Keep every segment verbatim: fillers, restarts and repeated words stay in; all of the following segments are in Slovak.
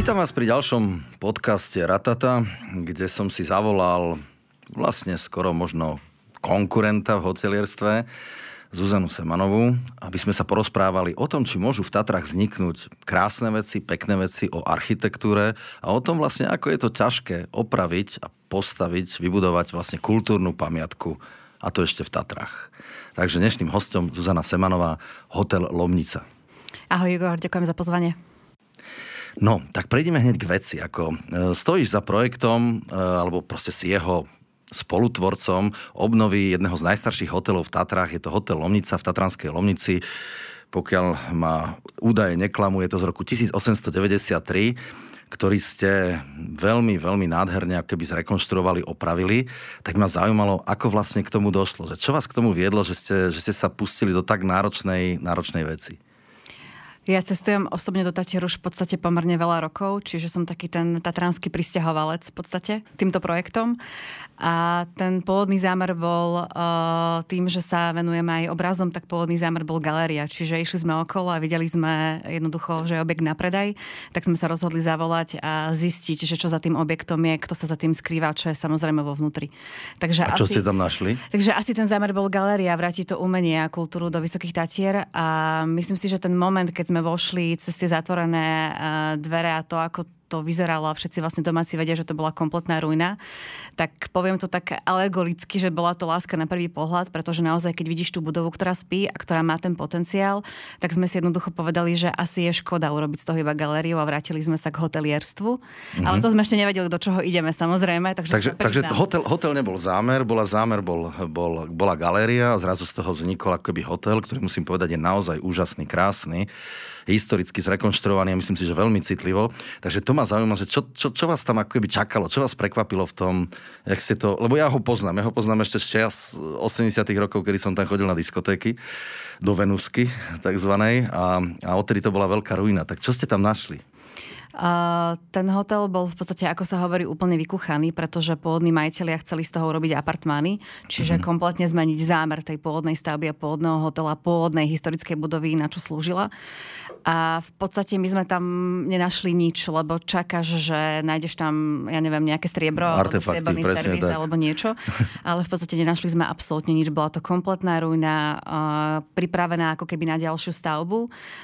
Vítam vás pri ďalšom podcaste Ratata, kde som si zavolal vlastne skoro možno konkurenta v hotelierstve, Zuzanu Semanovú, aby sme sa porozprávali o tom, či môžu v Tatrách vzniknúť krásne veci, pekné veci, o architektúre a o tom vlastne, ako je to ťažké opraviť a postaviť, vybudovať vlastne kultúrnu pamiatku, a to ešte v Tatrách. Takže dnešným hosťom Zuzana Semanová, Hotel Lomnica. Ahoj Igor, ďakujem za pozvanie. No, tak prejdeme hneď k veci. Ako, e, stojíš za projektom, e, alebo proste si jeho spolutvorcom obnovy jedného z najstarších hotelov v Tatrách. Je to Hotel Lomnica v Tatranskej Lomnici. Pokiaľ ma údaje neklamú, je to z roku tisícosemstodeväťdesiattri, ktorý ste veľmi, veľmi nádherne ako keby zrekonštruovali, opravili. Tak ma zaujímalo, ako vlastne k tomu došlo. Že čo vás k tomu viedlo, že ste, že ste sa pustili do tak náročnej, náročnej veci? Ja cestujem osobne do Tatier už v podstate pomerne veľa rokov, čiže som taký ten tatranský prisťahovalec v podstate týmto projektom. A ten pôvodný zámer bol uh, tým, že sa venujeme aj obrazom, tak pôvodný zámer bol galéria. Čiže išli sme okolo a videli sme jednoducho, že je objekt na predaj, tak sme sa rozhodli zavolať a zistiť, že čo za tým objektom je, kto sa za tým skrýva, čo je samozrejme vo vnútri. Takže a čo asi, ste tam našli? Takže asi ten zámer bol galéria, vrátiť to umenie a kultúru do Vysokých Tatier a myslím si, že ten moment, keď sme vošli cez tie zatvorené dvere a to, ako to vyzeralo a všetci vlastne domáci vedia, že to bola kompletná ruina, tak poviem to tak alegoricky, že bola to láska na prvý pohľad, pretože naozaj, keď vidíš tú budovu, ktorá spí a ktorá má ten potenciál, tak sme si jednoducho povedali, že asi je škoda urobiť z toho iba galériu a vrátili sme sa k hotelierstvu. Mm-hmm. Ale to sme ešte nevedeli, do čoho ideme, samozrejme. Takže, takže, takže hotel, hotel nebol zámer, bola zámer, bol, bol, bola galéria a zrazu z toho vznikol akoby hotel, ktorý musím povedať je naozaj úžasný, krásny, historicky zrekonštruovaný a myslím si, že veľmi citlivo. Takže to ma zaujíma, že čo, čo, čo vás tam ako keby čakalo, čo vás prekvapilo v tom, jak ste to, lebo ja ho poznám, ja ho poznám ešte z čias osemdesiatych rokov, kedy som tam chodil na diskotéky, do Venusky takzvanej a, a odtedy to bola veľká ruina. Tak čo ste tam našli? Uh, ten hotel bol v podstate, ako sa hovorí, úplne vykuchaný, pretože pôvodní majitelia chceli z toho urobiť apartmány, čiže mm-hmm. kompletne zmeniť zámer tej pôvodnej stavby a pôvodného hotela, pôvodnej historickej budovy, na čo slúžila. A v podstate my sme tam nenašli nič, lebo čakáš, že nájdeš tam, ja neviem, nejaké striebro, artefakty, alebo strieborný servis, tak. Alebo niečo. Ale v podstate nenašli sme absolútne nič. Bola to kompletná ruina, uh, pripravená ako keby na ďalšiu stavbu.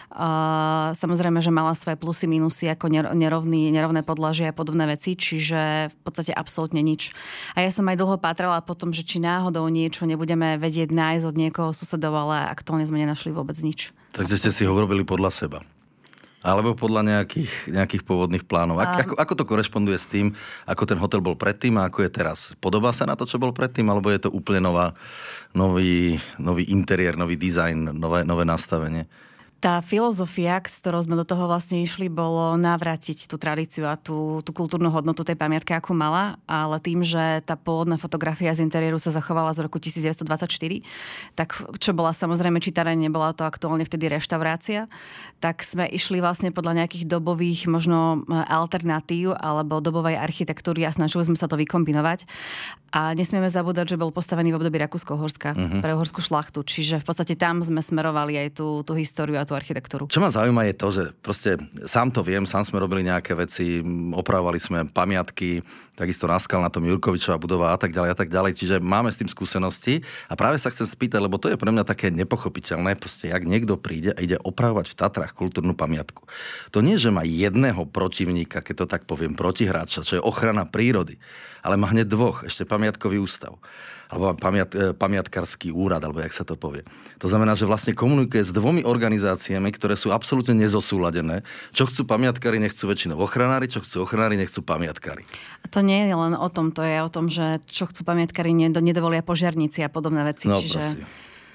Uh, samozrejme, že mala svoje plusy, minusy, ako nerovný, nerovné podlažie a podobné veci, čiže v podstate absolútne nič. A ja som aj dlho pátrala potom, že či náhodou niečo nebudeme vedieť nájsť od niekoho susedov, ale aktuálne sme nenašli vôbec nič. Takže ste si ho urobili podľa seba. Alebo podľa nejakých, nejakých pôvodných plánov. A... Ako, ako to korešponduje s tým, ako ten hotel bol predtým a ako je teraz? Podobá sa na to, čo bol predtým, alebo je to úplne nová, nový, nový interiér, nový dizajn, nové, nové nastavenie? Tá filozofia, s ktorou sme do toho vlastne išli, bolo navrátiť tú tradíciu a tú, tú kultúrnu hodnotu tej pamiatky, ako mala, ale tým, že tá pôvodná fotografia z interiéru sa zachovala z roku devätnásťstodvadsaťštyri, tak čo bola samozrejme čítané, nebola to aktuálne vtedy reštaurácia, tak sme išli vlastne podľa nejakých dobových možno alternatív alebo dobovej architektúry a snažili sme sa to vykombinovať. A nesmieme zabúdať, že bol postavený v období Rakúsko-Uhorska uh-huh. pre uhorskú šlachtu, čiže v podstate tam sme smerovali aj tú, tú históriu a tú architektúru. Čo ma zaujíma je to, že proste sám to viem, sám sme robili nejaké veci, opravovali sme pamiatky, takisto na Skal, na tom Jurkovičová budova a tak ďalej a tak ďalej, čiže máme s tým skúsenosti a práve sa chcem spýtať, lebo to je pre mňa také nepochopiteľné, proste jak niekto príde a ide opravovať v Tatrách kultúrnu pamiatku. To nie, že má jedného protivníka, keď to tak poviem, protihráča, čo je ochrana prírody, ale má hneď dvoch, ešte pamiatkový ústav. Alebo pamiat, pamiatkarský úrad, alebo jak sa to povie. To znamená, že vlastne komunikuje s dvomi organizáciami, ktoré sú absolútne nezosúladené. Čo chcú pamiatkári, nechcú väčšinou ochranári, čo chcú ochranári, nechcú pamiatkári. A to nie je len o tom, to je o tom, že čo chcú pamiatkári, nedovolia požiarníci a podobné veci. No, čiže... prosím.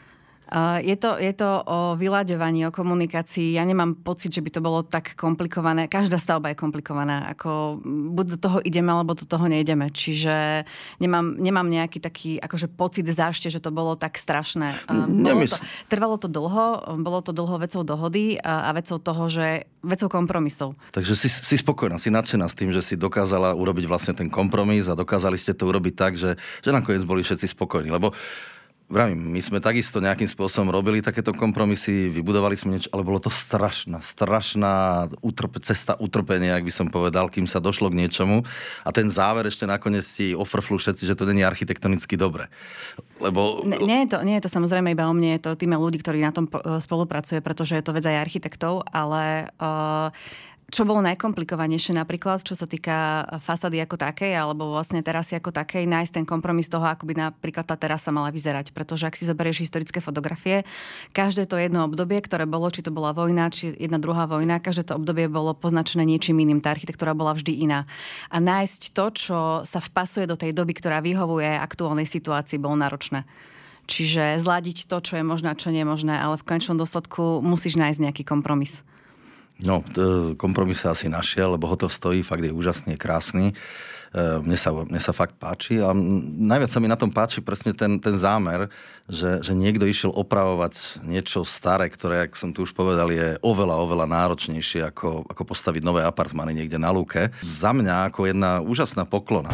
Je to, je to o vyľaďovaní, o komunikácii. Ja nemám pocit, že by to bolo tak komplikované. Každá stavba je komplikovaná. Ako buď do toho ideme, alebo do toho nejdeme. Čiže nemám, nemám nejaký taký akože pocit zášte, že to bolo tak strašné. Bolo to, trvalo to dlho, bolo to dlho vecou dohody a, a vecou toho, že vecou kompromisov. Takže si, si spokojná, si nadšená s tým, že si dokázala urobiť vlastne ten kompromis a dokázali ste to urobiť tak, že, že nakoniec boli všetci spokojní. Lebo Vravím, my sme takisto nejakým spôsobom robili takéto kompromisy, vybudovali sme niečo, ale bolo to strašná, strašná utrp- cesta utrpenia, ak by som povedal, kým sa došlo k niečomu. A ten záver ešte nakoniec si ofrflú všetci, že to nie je architektonicky dobre. Lebo... Nie, nie, je to, nie je to samozrejme iba o mne, je to tým ľudí, ktorí na tom spolupracuje, pretože je to vec aj architektov, ale... Uh... Čo bolo najkomplikovanejšie napríklad, čo sa týka fasády ako takej, alebo vlastne terasy ako takej, nájsť ten kompromis toho, ako by napríklad tá terasa mala vyzerať. Pretože ak si zoberieš historické fotografie, každé to jedno obdobie, ktoré bolo, či to bola vojna, či jedna druhá vojna, každé to obdobie bolo poznačené niečím iným. Tá architektúra bola vždy iná. A nájsť to, čo sa vpasuje do tej doby, ktorá vyhovuje aktuálnej situácii, bolo náročné. Čiže zladiť to, čo je možné a čo nie je možné, ale v konečnom dôsledku musíš nájsť nejaký kompromis. No, kompromis sa asi našiel, lebo ho to stojí, fakt je úžasný, je krásny. Mne sa, mne sa fakt páči a najviac sa mi na tom páči presne ten, ten zámer, že, že niekto išiel opravovať niečo staré, ktoré, jak som tu už povedal, je oveľa, oveľa náročnejšie ako, ako postaviť nové apartmány niekde na lúke. Za mňa ako jedna úžasná poklona.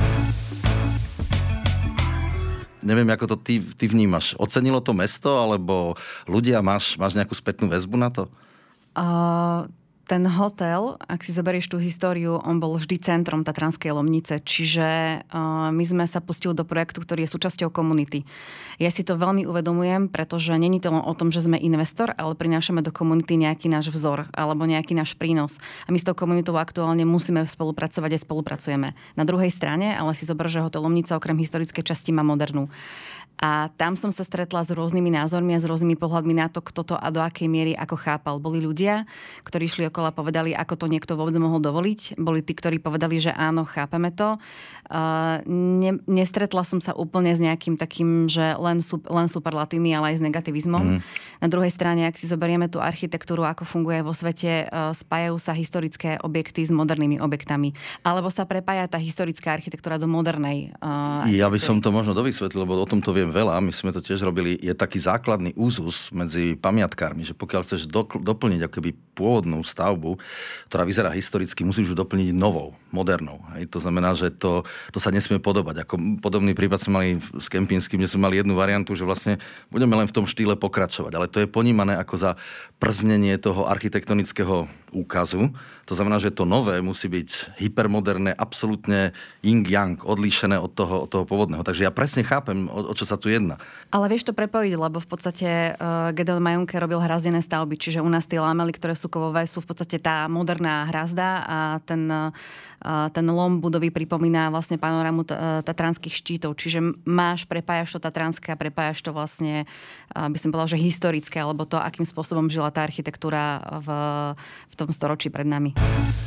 Neviem, ako to ty, ty vnímaš. Ocenilo to mesto, alebo ľudia, máš, máš nejakú spätnú väzbu na to? Uh... Ten hotel, ak si zoberieš tú históriu, on bol vždy centrom Tatranskej Lomnice, čiže uh, my sme sa pustili do projektu, ktorý je súčasťou komunity. Ja si to veľmi uvedomujem, pretože není to len o tom, že sme investor, ale prinášame do komunity nejaký náš vzor alebo nejaký náš prínos. A my s tou komunitou aktuálne musíme spolupracovať a spolupracujeme. Na druhej strane, ale si zober, že hotel Lomnica okrem historickej časti má modernú. A tam som sa stretla s rôznymi názormi a s rôznymi pohľadmi na to, kto to a do akej miery ako chápal. Boli ľudia, ktorí šli okolo a povedali, ako to niekto vôbec mohol dovoliť. Boli tí, ktorí povedali, že áno, chápeme to. Uh, ne, nestretla som sa úplne s nejakým takým, že len, len superlatívmi, ale aj s negativizmom. Mm. Na druhej strane, ak si zoberieme tú architektúru, ako funguje vo svete, uh, spájajú sa historické objekty s modernými objektami. Alebo sa prepája tá historická architektúra do modernej. Uh, ja by som to možno dovysvetlil, lebo o tom to viem veľa, my sme to tiež robili, je taký základný úzus medzi pamiatkármi, že pokiaľ chceš do, doplniť akoby pôvodnú stavbu, ktorá vyzerá historicky, musíš ju doplniť novou, modernou. Hej. To znamená, že to, to sa nesmie podobať. Ako podobný prípad sme mali s Kempinským, kde sme mali jednu variantu, že vlastne budeme len v tom štýle pokračovať. Ale to je ponímané ako za prznenie toho architektonického úkazu. To znamená, že to nové musí byť hypermoderné, absolútne yin-yang, odlíšené od toho, od toho pôvodného. Takže ja presne chápem, o, o čo sa tu jedná. Ale vieš to prepojiť, lebo v podstate uh, Gedeon Majunke robil hrazdené stavby, čiže u nás tie lámely, ktoré sú kovové, sú v podstate tá moderná hrazda a ten, uh, ten lom budovy pripomína vlastne panorámu t- tatranských štítov. Čiže máš, prepájaš to tatranské a prepájaš to vlastne, uh, by som povedala, že historické, alebo to, akým spôsobom žila tá architektúra v, v tom storočí pred nami.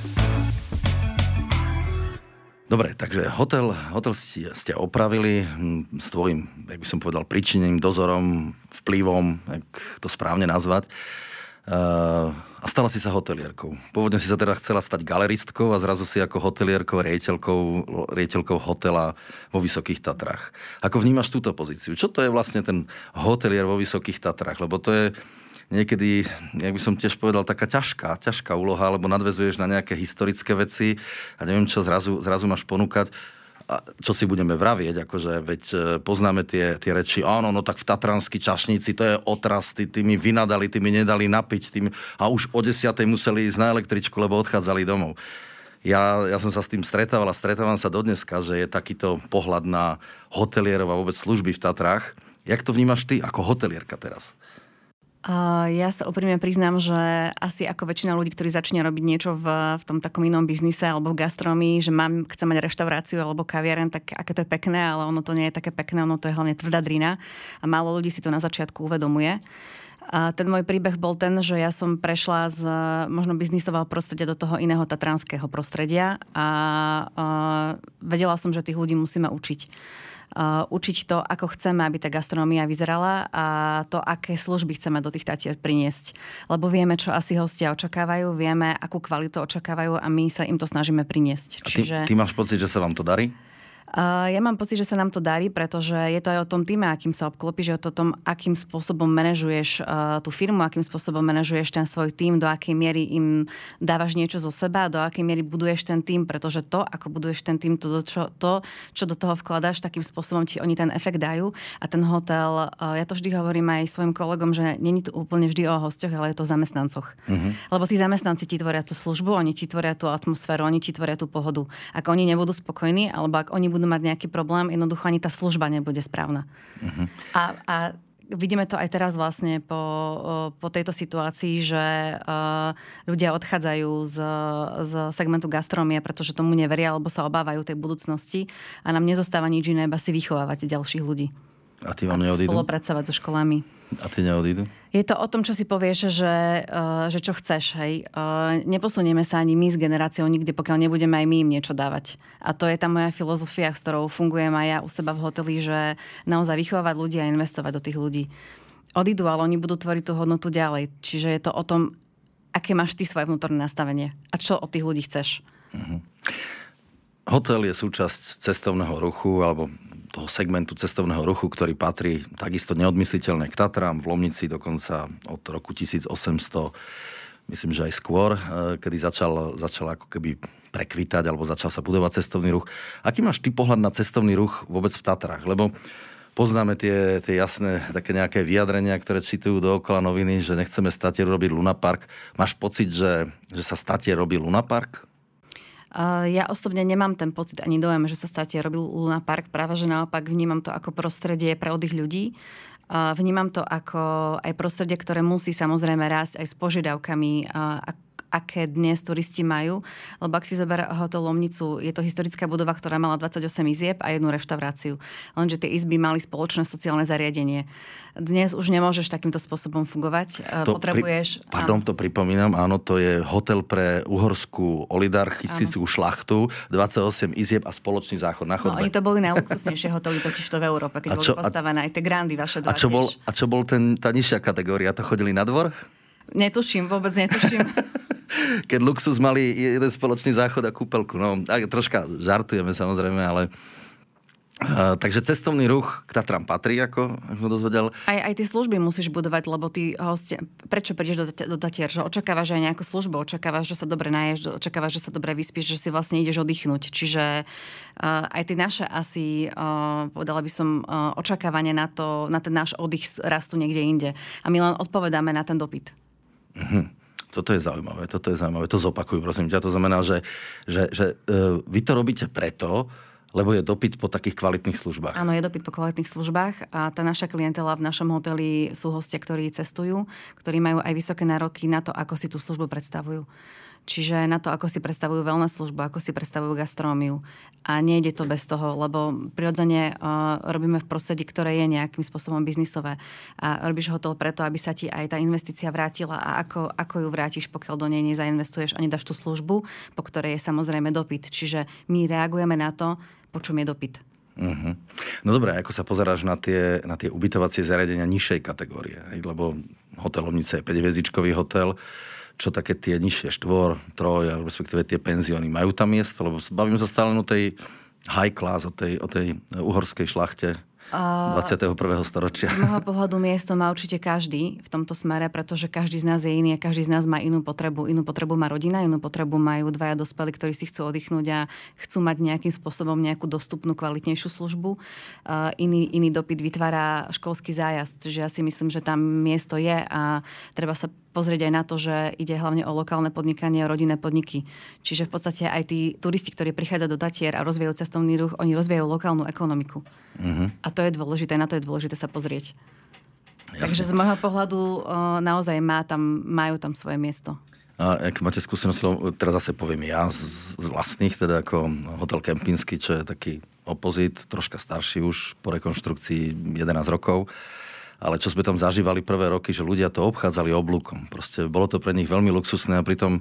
Dobre, takže hotel, hotel ste, ste opravili s tvojím, jak by som povedal, príčinením, dozorom, vplyvom, jak to správne nazvať. Uh, a stala si sa hotelierkou. Pôvodne si sa teda chcela stať galeristkou a zrazu si ako hotelierkou, riaditeľkou, riaditeľkou hotela vo Vysokých Tatrách. Ako vnímaš túto pozíciu? Čo to je vlastne ten hotelier vo Vysokých Tatrách? Lebo to je niekedy, jak by som tiež povedal, taká ťažká, ťažká úloha, lebo nadväzuješ na nejaké historické veci a neviem, čo zrazu, zrazu máš ponúkať. A čo si budeme vravieť, akože veď poznáme tie, tie reči, áno, no tak v tatranskí čašníci, to je otras, tí, tí mi vynadali, tí mi nedali napiť, tí mi, a už o desiatej museli ísť na električku, lebo odchádzali domov. Ja, ja som sa s tým stretával a stretávam sa dodneska, že je takýto pohľad na hotelierov a vôbec služby v Tatrách. Jak to vnímaš ty ako hotelierka teraz? Uh, ja sa úprimne priznám, že asi ako väčšina ľudí, ktorí začne robiť niečo v, v tom takom inom biznise alebo v gastronomii, že mám, chcem mať reštauráciu alebo kaviareň, tak aké to je pekné, ale ono to nie je také pekné, ono to je hlavne tvrdá drina a málo ľudí si to na začiatku uvedomuje. A ten môj príbeh bol ten, že ja som prešla z možno biznisového prostredia do toho iného tatranského prostredia a uh, vedela som, že tých ľudí musíme učiť. Uh, učiť to, ako chceme, aby tá gastronómia vyzerala a to, aké služby chceme do tých Tatier priniesť. Lebo vieme, čo asi hostia očakávajú, vieme, akú kvalitu očakávajú a my sa im to snažíme priniesť. Čiže... Ty, ty máš pocit, že sa vám to darí? Uh, ja mám pocit, že sa nám to darí, pretože je to aj o tom týme, akým sa obklopíš, že je to o tom, akým spôsobom manažuješ uh, tú firmu, akým spôsobom manažuješ ten svoj tým, do akej miery im dávaš niečo zo seba, do akej miery buduješ ten tým, pretože to, ako buduješ ten tým, to, čo, to, čo do toho vkladáš, takým spôsobom ti oni ten efekt dajú. A ten hotel, uh, ja to vždy hovorím aj svojim kolegom, že nie je to úplne vždy o hosťoch, ale je to o zamestnancoch. Mm-hmm. Lebo tí zamestnanci ti tvoria tú službu, oni ti tvoria tú atmosféru, oni ti tvoria tú pohodu. Ak oni nebudú spokojní, alebo ak oni budú mať nejaký problém, jednoducho ani tá služba nebude správna. Uh-huh. A, a vidíme to aj teraz vlastne po, po tejto situácii, že uh, ľudia odchádzajú z, z segmentu gastronomie, pretože tomu neveria, alebo sa obávajú tej budúcnosti a nám nezostáva nič iné, iba si vychovávať ďalších ľudí. A ty vám neodídu? Spolupracovať so školami. A ty neodídu? Je to o tom, čo si povieš, že, že čo chceš. Hej. Neposunieme sa ani my s generáciou nikdy, pokiaľ nebudeme aj my im niečo dávať. A to je tá moja filozofia, s ktorou fungujem aj ja u seba v hoteli, že naozaj vychovávať ľudí a investovať do tých ľudí. Odídu, ale oni budú tvoriť tú hodnotu ďalej. Čiže je to o tom, aké máš ty svoje vnútorné nastavenie a čo od tých ľudí chceš. Uh-huh. Hotel je súčasť cestovného ruchu alebo toho segmentu cestovného ruchu, ktorý patrí takisto neodmysliteľne k Tatrám, v Lomnici dokonca od roku tisíc osemsto, myslím, že aj skôr, kedy začal, začal ako keby prekvitať alebo začal sa budovať cestovný ruch. Aký máš ty pohľad na cestovný ruch vôbec v Tatrách? Lebo poznáme tie, tie jasné také nejaké vyjadrenia, ktoré čítajú dookola noviny, že nechceme z Tatier robiť lunapark. Máš pocit, že, že sa z Tatier robí lunapark? Ja osobne nemám ten pocit ani dojem, že sa státe robil Luna Park. Práve, že naopak vnímam to ako prostredie pre oddych ľudí. Vnímam to ako aj prostredie, ktoré musí samozrejme rásť aj s požiadavkami, aké dnes turisti majú. Lebo ak si zober hotel Lomnicu, je to historická budova, ktorá mala dvadsaťosem izieb a jednu reštauráciu. Lenže tie izby mali spoločné sociálne zariadenie. Dnes už nemôžeš takýmto spôsobom fungovať. To Potrebuješ... Pri... Pardon, áno. to pripomínam. Áno, to je hotel pre uhorskú oligarchistickú šlachtu, dvadsaťosem izieb a spoločný záchod na chodbe. No, oni to boli najluxusnejšie hotely totižto v Európe, keď čo, boli postavené aj tie Grandy vaše dva. A čo bol, a čo bol ten, tá nižšia kategória? To chodili na dvor? Netuším, vôbec netuším. Keď luxus mali jeden spoločný záchod a kúpeľku. No, troška žartujeme samozrejme, ale... Uh, takže cestovný ruch k Tatram patrí, ako, ako dozvedel. Aj, aj tie služby musíš budovať, lebo ty hostia... Prečo prídeš do, do Tatier? Že očakávaš aj nejakú službu, očakávaš, že sa dobre naješ, očakávaš, že sa dobre vyspíš, že si vlastne ideš oddychnúť. Čiže uh, aj tie naše asi, uh, povedala by som, uh, očakávanie na, to, na ten náš oddych rastú niekde inde. A my len odpovedáme na ten dopyt. Mhm. Toto je zaujímavé, toto je zaujímavé. To zopakuj, prosím ťa. To znamená, že, že, že uh, vy to robíte preto, lebo je dopyt po takých kvalitných službách. Áno, je dopyt po kvalitných službách a tá naša klientela v našom hoteli sú hostia, ktorí cestujú, ktorí majú aj vysoké nároky na to, ako si tú službu predstavujú. Čiže na to, ako si predstavujú wellness službu, ako si predstavujú gastronómiu. A nejde to bez toho, lebo prirodzene uh, robíme v prostredí, ktoré je nejakým spôsobom biznisové. A robíš hotel preto, aby sa ti aj tá investícia vrátila a ako, ako ju vrátiš, pokiaľ do nej nezainvestuješ a nedáš tú službu, po ktorej je samozrejme dopyt. Čiže my reagujeme na to, po čom je dopyt. Uh-huh. No dobré, ako sa pozeráš na tie, na tie ubytovacie zariadenia nižšej kategórie? Lebo hotel Lomnica je päťhviezdičkový hotel. Čo také tie nižšie, štvor, troj, alebo respektíve tie penzióny, majú tam miesto? Lebo bavím sa stále o tej high class, o tej, o tej uhorskej šlachte dvadsiateho prvého storočia. Z môjho pohľadu miesto má určite každý v tomto smere, pretože každý z nás je iný a každý z nás má inú potrebu. Inú potrebu má rodina, inú potrebu majú dvaja dospelí, ktorí si chcú oddychnúť a chcú mať nejakým spôsobom nejakú dostupnú, kvalitnejšiu službu. Uh, iný, iný dopyt vytvára školský zájazd. Čiže ja si myslím, že tam miesto je a treba sa pozrieť aj na to, že ide hlavne o lokálne podnikanie, o rodinné podniky. Čiže v podstate aj tí turisti, ktorí prichádzajú do Tatier a rozvíjajú cestovný ruch, oni rozvíjajú lokálnu ekonomiku. Uh-huh. A to je dôležité, na to je dôležité sa pozrieť. Jasne. Takže z môjho pohľadu o, naozaj má tam, majú tam svoje miesto. A ak máte skúsenosť, teraz zase poviem ja z, z vlastných, teda ako hotel Kempinski, čo je taký opozit, troška starší už po rekonštrukcii jedenásť rokov. Ale čo sme tam zažívali prvé roky, že ľudia to obchádzali oblúkom. Proste bolo to pre nich veľmi luxusné a pritom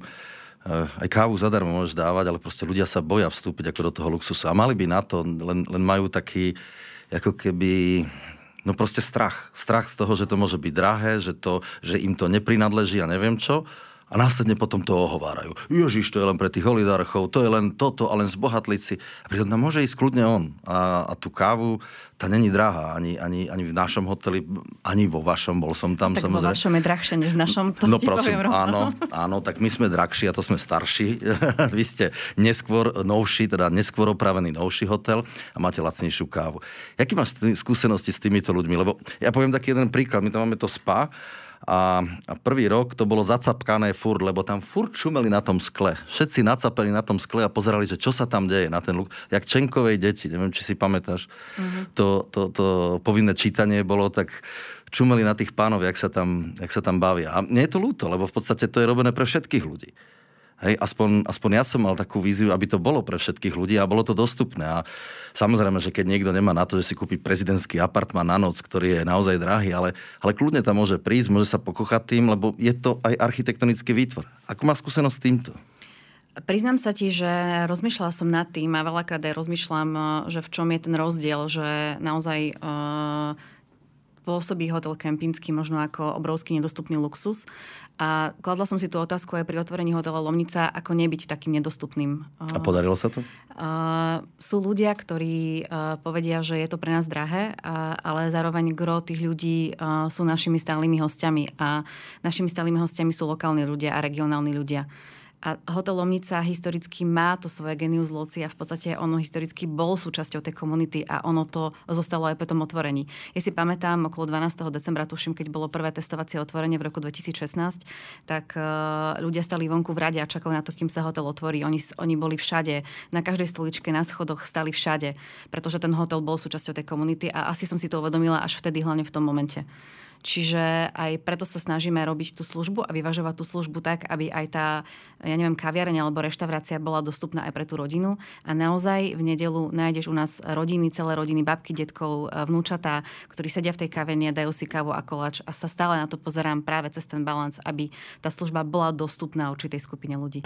aj kávu zadarmo môžeš dávať, ale proste ľudia sa boja vstúpiť ako do toho luxusu. A mali by na to, len, len majú taký, ako keby, no proste strach. Strach z toho, že to môže byť drahé, že, to, že im to neprinadleží a neviem čo. A následne potom to ohovárajú. Ježiš, to je len pre tých oligarchov, to je len toto a len zbohatlíci. A pritom tam môže ísť kľudne on. A, a tú kávu, tá není drahá. Ani, ani, ani v našom hoteli, ani vo vašom, bol som tam. Tak samozrejme. vo vašom je drahšie než v našom, to no, ti prosím, poviem rovno. Áno, áno, tak my sme drahší a to sme starší. Vy ste neskôr novší, teda neskôr opravený novší hotel a máte lacnejšiu kávu. Jaký máš skúsenosti s týmito ľuďmi? Lebo ja poviem taký jeden príklad. My tam máme to spa, A, a prvý rok to bolo zacapkané furt, lebo tam furt čumeli na tom skle. Všetci nacapeli na tom skle a pozerali, že čo sa tam deje na ten luk. Jak Čenkovej deti, neviem, či si pamätáš. Uh-huh. To, to, to povinné čítanie bolo, tak čumeli na tých pánov, jak sa tam, jak sa tam bavia. A mne je to ľúto, lebo v podstate to je robené pre všetkých ľudí. Hej, aspoň, aspoň ja som mal takú víziu, aby to bolo pre všetkých ľudí a bolo to dostupné. A samozrejme, že keď niekto nemá na to, že si kúpi prezidentský apartmán na noc, ktorý je naozaj drahý, ale, ale kľudne tam môže prísť, môže sa pokochať tým, lebo je to aj architektonický výtvor. Ako má skúsenosť s týmto? Priznám sa ti, že rozmýšľala som nad tým a veľakrát aj rozmýšľam, že v čom je ten rozdiel, že naozaj uh, pôsobí hotel Kempinski možno ako obrovský nedostupný luxus. A kladla som si tú otázku aj pri otvorení hotela Lomnica, ako nebyť takým nedostupným. A podarilo sa to? Uh, sú ľudia, ktorí uh, povedia, že je to pre nás drahé, uh, ale zároveň gro tých ľudí uh, sú našimi stálymi hostiami. A našimi stálymi hostiami sú lokálni ľudia a regionálni ľudia. A hotel Lomnica historicky má to svoje genius loci a v podstate ono historicky bol súčasťou tej komunity a ono to zostalo aj po tom otvorení. Ja si pamätám, okolo dvanásteho decembra, tuším, keď bolo prvé testovacie otvorenie v roku dvetisícšestnásť, tak uh, ľudia stali vonku v rade a čakali na to, kým sa hotel otvorí. Oni, oni boli všade, na každej stoličke, na schodoch stali všade, pretože ten hotel bol súčasťou tej komunity a asi som si to uvedomila až vtedy, hlavne v tom momente. Čiže aj preto sa snažíme robiť tú službu a vyvažovať tú službu tak, aby aj tá, ja neviem, kaviareň alebo reštaurácia bola dostupná aj pre tú rodinu. A naozaj v nedeľu nájdeš u nás rodiny, celé rodiny, babky, detkov, vnúčatá, ktorí sedia v tej kaviarni a dajú si kávu a koláč. A sa stále na to pozerám práve cez ten balans, aby tá služba bola dostupná určitej skupine ľudí.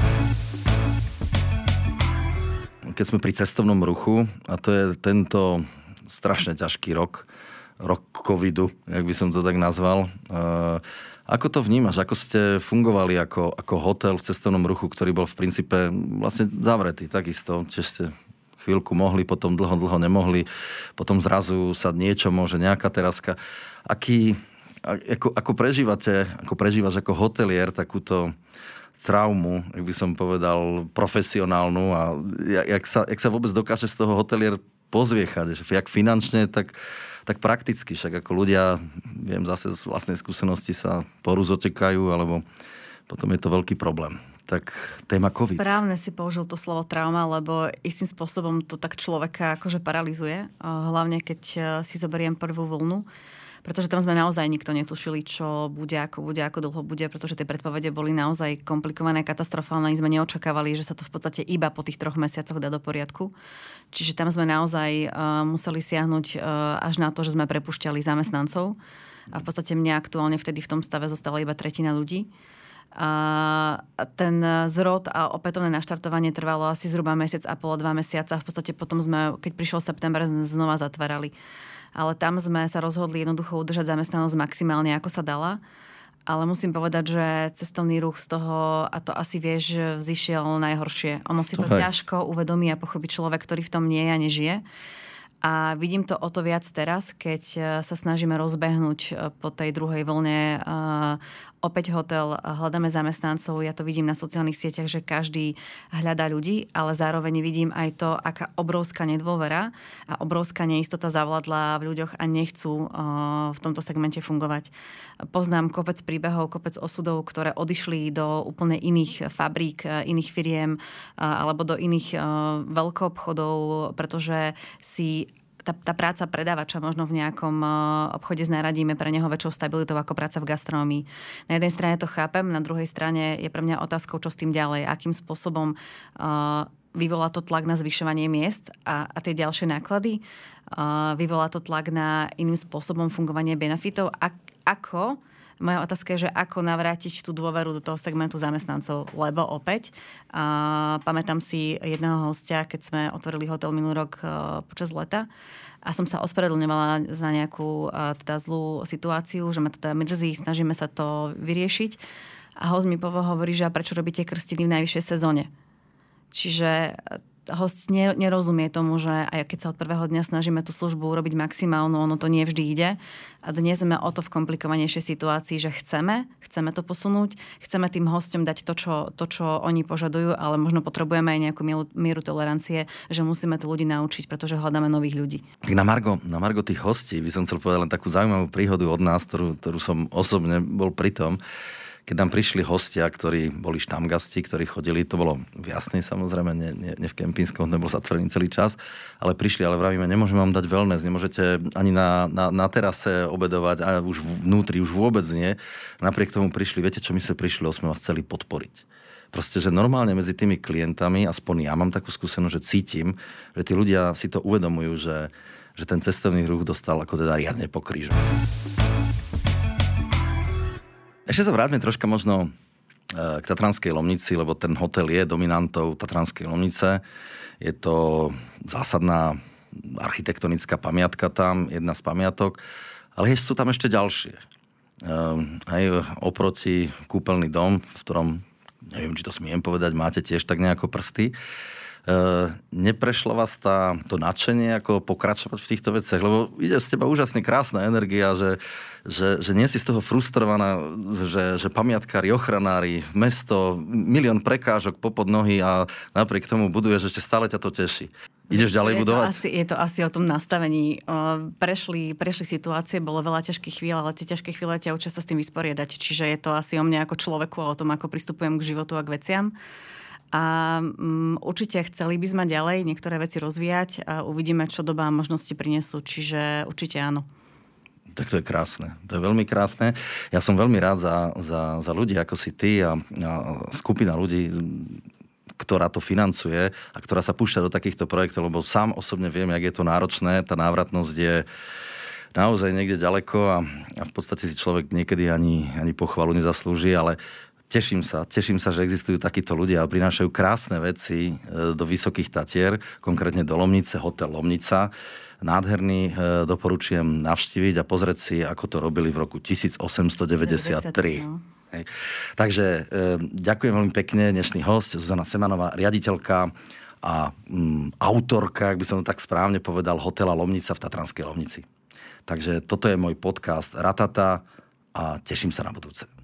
Keď sme pri cestovnom ruchu, a to je tento strašne ťažký rok, rok covidu, jak by som to tak nazval. Uh, ako to vnímaš? Ako ste fungovali ako, ako hotel v cestovnom ruchu, ktorý bol v princípe vlastne zavretý takisto? Čiže ste chvíľku mohli, potom dlho, dlho nemohli, potom zrazu sa niečo môže, nejaká teraska. Aký, ako, ako prežívate, ako prežívaš ako hotelier takúto traumu, jak by som povedal, profesionálnu a jak sa, jak sa vôbec dokáže z toho hotelier pozviechať, jak finančne, tak tak prakticky, však ako ľudia, viem zase z vlastnej skúsenosti sa porúzotekajú, alebo potom je to veľký problém. Tak téma COVID. Správne si použil to slovo trauma, lebo istým spôsobom to tak človeka akože paralizuje. Hlavne keď si zoberiem prvú vlnu, pretože tam sme naozaj nikto netušili, čo bude, ako bude, ako dlho bude, pretože tie predpovede boli naozaj komplikované, katastrofálne. Sme neočakávali, že sa to v podstate iba po tých troch mesiacoch dá do poriadku. Čiže tam sme naozaj uh, museli siahnuť uh, až na to, že sme prepúšťali zamestnancov. A v podstate mňa aktuálne vtedy v tom stave zostala iba tretina ľudí. A ten zrod a opätovné naštartovanie trvalo asi zhruba mesiac a pol, dva mesiaca. V podstate potom sme, keď prišiel september, znova zatvárali. Ale tam sme sa rozhodli jednoducho udržať zamestnanosť maximálne, ako sa dala. Ale musím povedať, že cestovný ruch z toho, a to asi vieš, vzišiel najhoršie. Ono si to, to ťažko uvedomí a pochopí človek, ktorý v tom nie je a nežije. A vidím to o to viac teraz, keď sa snažíme rozbehnúť po tej druhej vlne opäť hotel, hľadáme zamestnancov. Ja to vidím na sociálnych sieťach, že každý hľadá ľudí, ale zároveň vidím aj to, aká obrovská nedôvera a obrovská neistota zavládla v ľuďoch a nechcú v tomto segmente fungovať. Poznám kopec príbehov, kopec osudov, ktoré odišli do úplne iných fabrík, iných firiem alebo do iných veľkoobchodov, pretože si Tá, tá práca predávača možno v nejakom uh, obchode s náradím je pre neho väčšou stabilitou ako práca v gastronomii. Na jednej strane to chápem, na druhej strane je pre mňa otázkou, čo s tým ďalej. Akým spôsobom uh, vyvolá to tlak na zvyšovanie miest a, a tie ďalšie náklady. Uh, vyvolá to tlak na iným spôsobom fungovanie benefitov. A, ako... Moja otázka je, že ako navrátiť tú dôveru do toho segmentu zamestnancov, lebo opäť uh, pamätám si jedného hostia, keď sme otvorili hotel minulý rok uh, počas leta a som sa ospravedlňovala za nejakú uh, teda zlú situáciu, že ma teda mrzí, snažíme sa to vyriešiť. A host mi hovorí, že a prečo robíte krstiny v najvyššej sezóne. Čiže host nerozumie tomu, že aj keď sa od prvého dňa snažíme tú službu urobiť maximálnu, ono to nie vždy ide. A dnes sme o to v komplikovanejšej situácii, že chceme, chceme to posunúť, chceme tým hosťom dať to čo, to, čo oni požadujú, ale možno potrebujeme aj nejakú mieru, mieru tolerancie, že musíme tu ľudí naučiť, pretože hľadáme nových ľudí. Tak na Margo, na Margo tých hostí by som chcel povedať len takú zaujímavú príhodu od nás, ktorú, ktorú som osobne bol pri tom. Keď nám prišli hostia, ktorí boli štamgasti, ktorí chodili, to bolo v Jasnej samozrejme, nie, nie, nie v Kempínskom, nebol zatvorený celý čas, ale prišli, ale vravíme, nemôžeme vám dať wellness, nemôžete ani na, na, na terase obedovať, a už vnútri, už vôbec nie. Napriek tomu prišli, viete čo, my sme prišli, lebo sme vás chceli podporiť. Proste, že normálne medzi tými klientami, aspoň ja mám takú skúsenosť, že cítim, že tí ľudia si to uvedomujú, že, že ten cestovný ruch dostal ako teda riadne po krížoch. Ešte sa vráťme troška možno k Tatranskej Lomnici, lebo ten hotel je dominantou Tatranskej Lomnice. Je to zásadná architektonická pamiatka tam, jedna z pamiatok, ale sú tam ešte ďalšie. Aj oproti kúpeľný dom, v ktorom, neviem, či to smiem povedať, máte tiež tak nejako prsty. Neprešlo vás tá, to nadšenie, ako pokračovať v týchto veciach? Lebo ide z teba úžasne krásna energia, že, že, že nie si z toho frustrovaná, že, že pamiatkári, ochranári, mesto, milión prekážok popod nohy a napriek tomu buduješ, ešte stále ťa to teší. Ideš ďalej je budovať? To asi, je to asi o tom nastavení. Prešli, prešli situácie, bolo veľa ťažkých chvíľ, ale tie ťažké chvíle ťa učia sa s tým vysporiadať. Čiže je to asi o mne ako človeku a o tom, ako pristupujem k životu a k veciam. A um, určite chceli by sme ďalej niektoré veci rozvíjať a uvidíme, čo doba a možnosti prinesú. Čiže určite áno. Tak to je krásne. To je veľmi krásne. Ja som veľmi rád za, za, za ľudí ako si ty a, a skupina ľudí, ktorá to financuje a ktorá sa púšťa do takýchto projektov, lebo sám osobne viem, jak je to náročné. Tá návratnosť je naozaj niekde ďaleko a, a v podstate si človek niekedy ani, ani pochvalu nezaslúži, ale Teším sa, teším sa, že existujú takíto ľudia a prinášajú krásne veci do Vysokých Tatier, konkrétne do Lomnice, hotel Lomnica. Nádherný, doporučujem navštíviť a pozrieť si, ako to robili v roku tisícosemstodeväťdesiattri. No. Hej. Takže ďakujem veľmi pekne, dnešný host, Zuzana Semanová, riaditeľka a um, autorka, ak by som to tak správne povedal, hotela Lomnica v Tatranskej Lomnici. Takže toto je môj podcast Ratata a teším sa na budúce.